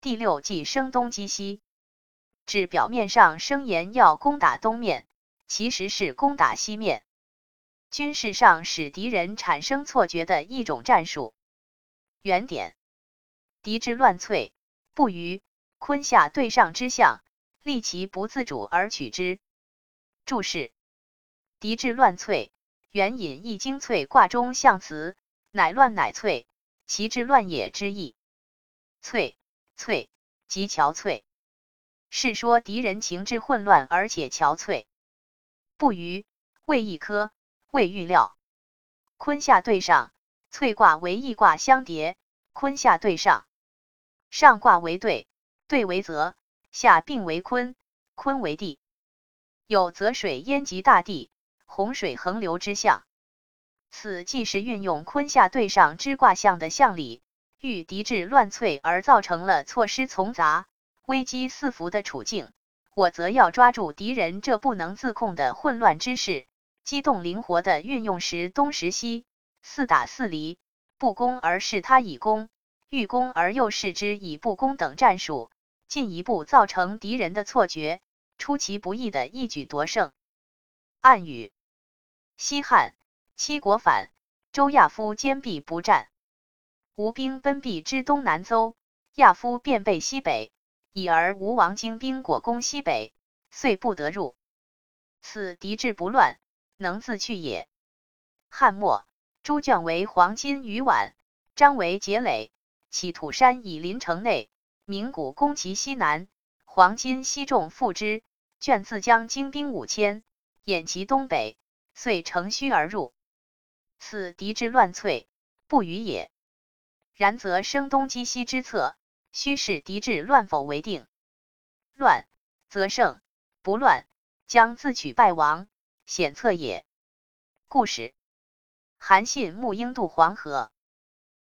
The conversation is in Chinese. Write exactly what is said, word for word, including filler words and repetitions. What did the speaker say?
第六计声东击西，指表面上声言要攻打东面，其实是攻打西面。军事上使敌人产生错觉的一种战术。原点：敌之乱瘁，不于坤下对上之象，利其不自主而取之。注释：敌之乱瘁，原引易经瘁卦中象辞，乃乱乃瘁，其之乱也之意。瘁，瘁，即憔悴，是说敌人情志混乱而且憔悴。不于，谓一科，谓预料。坤下对上，瘁卦为易卦相叠，坤下对上，上卦为兑，兑为泽，下并为坤，坤为地，有泽水淹及大地，洪水横流之象。此既是运用坤下对上之卦象的象理，遇敌志乱瘁而造成了错失从杂、危机四伏的处境，我则要抓住敌人这不能自控的混乱之势，机动灵活地运用时东时西、四打四离、不攻而示他以攻、欲攻而又示之以不攻等战术，进一步造成敌人的错觉，出其不意的一举夺胜。暗语：西汉七国反，周亚夫坚壁不战，吴兵奔避之东南邹，亚夫便备西北，已而吴王精兵果攻西北，遂不得入。此敌志不乱，能自去也。汉末，朱卷为黄巾于宛，张为结垒，起土山以临城内，名古攻其西南，黄巾西众附之，卷自将精兵五千，掩其东北，遂乘虚而入。此敌之乱瘁，不与也。然则声东击西之策，须视敌志乱否为定。乱，则胜；不乱，将自取败亡，险策也。故事：韩信募鹰渡黄河。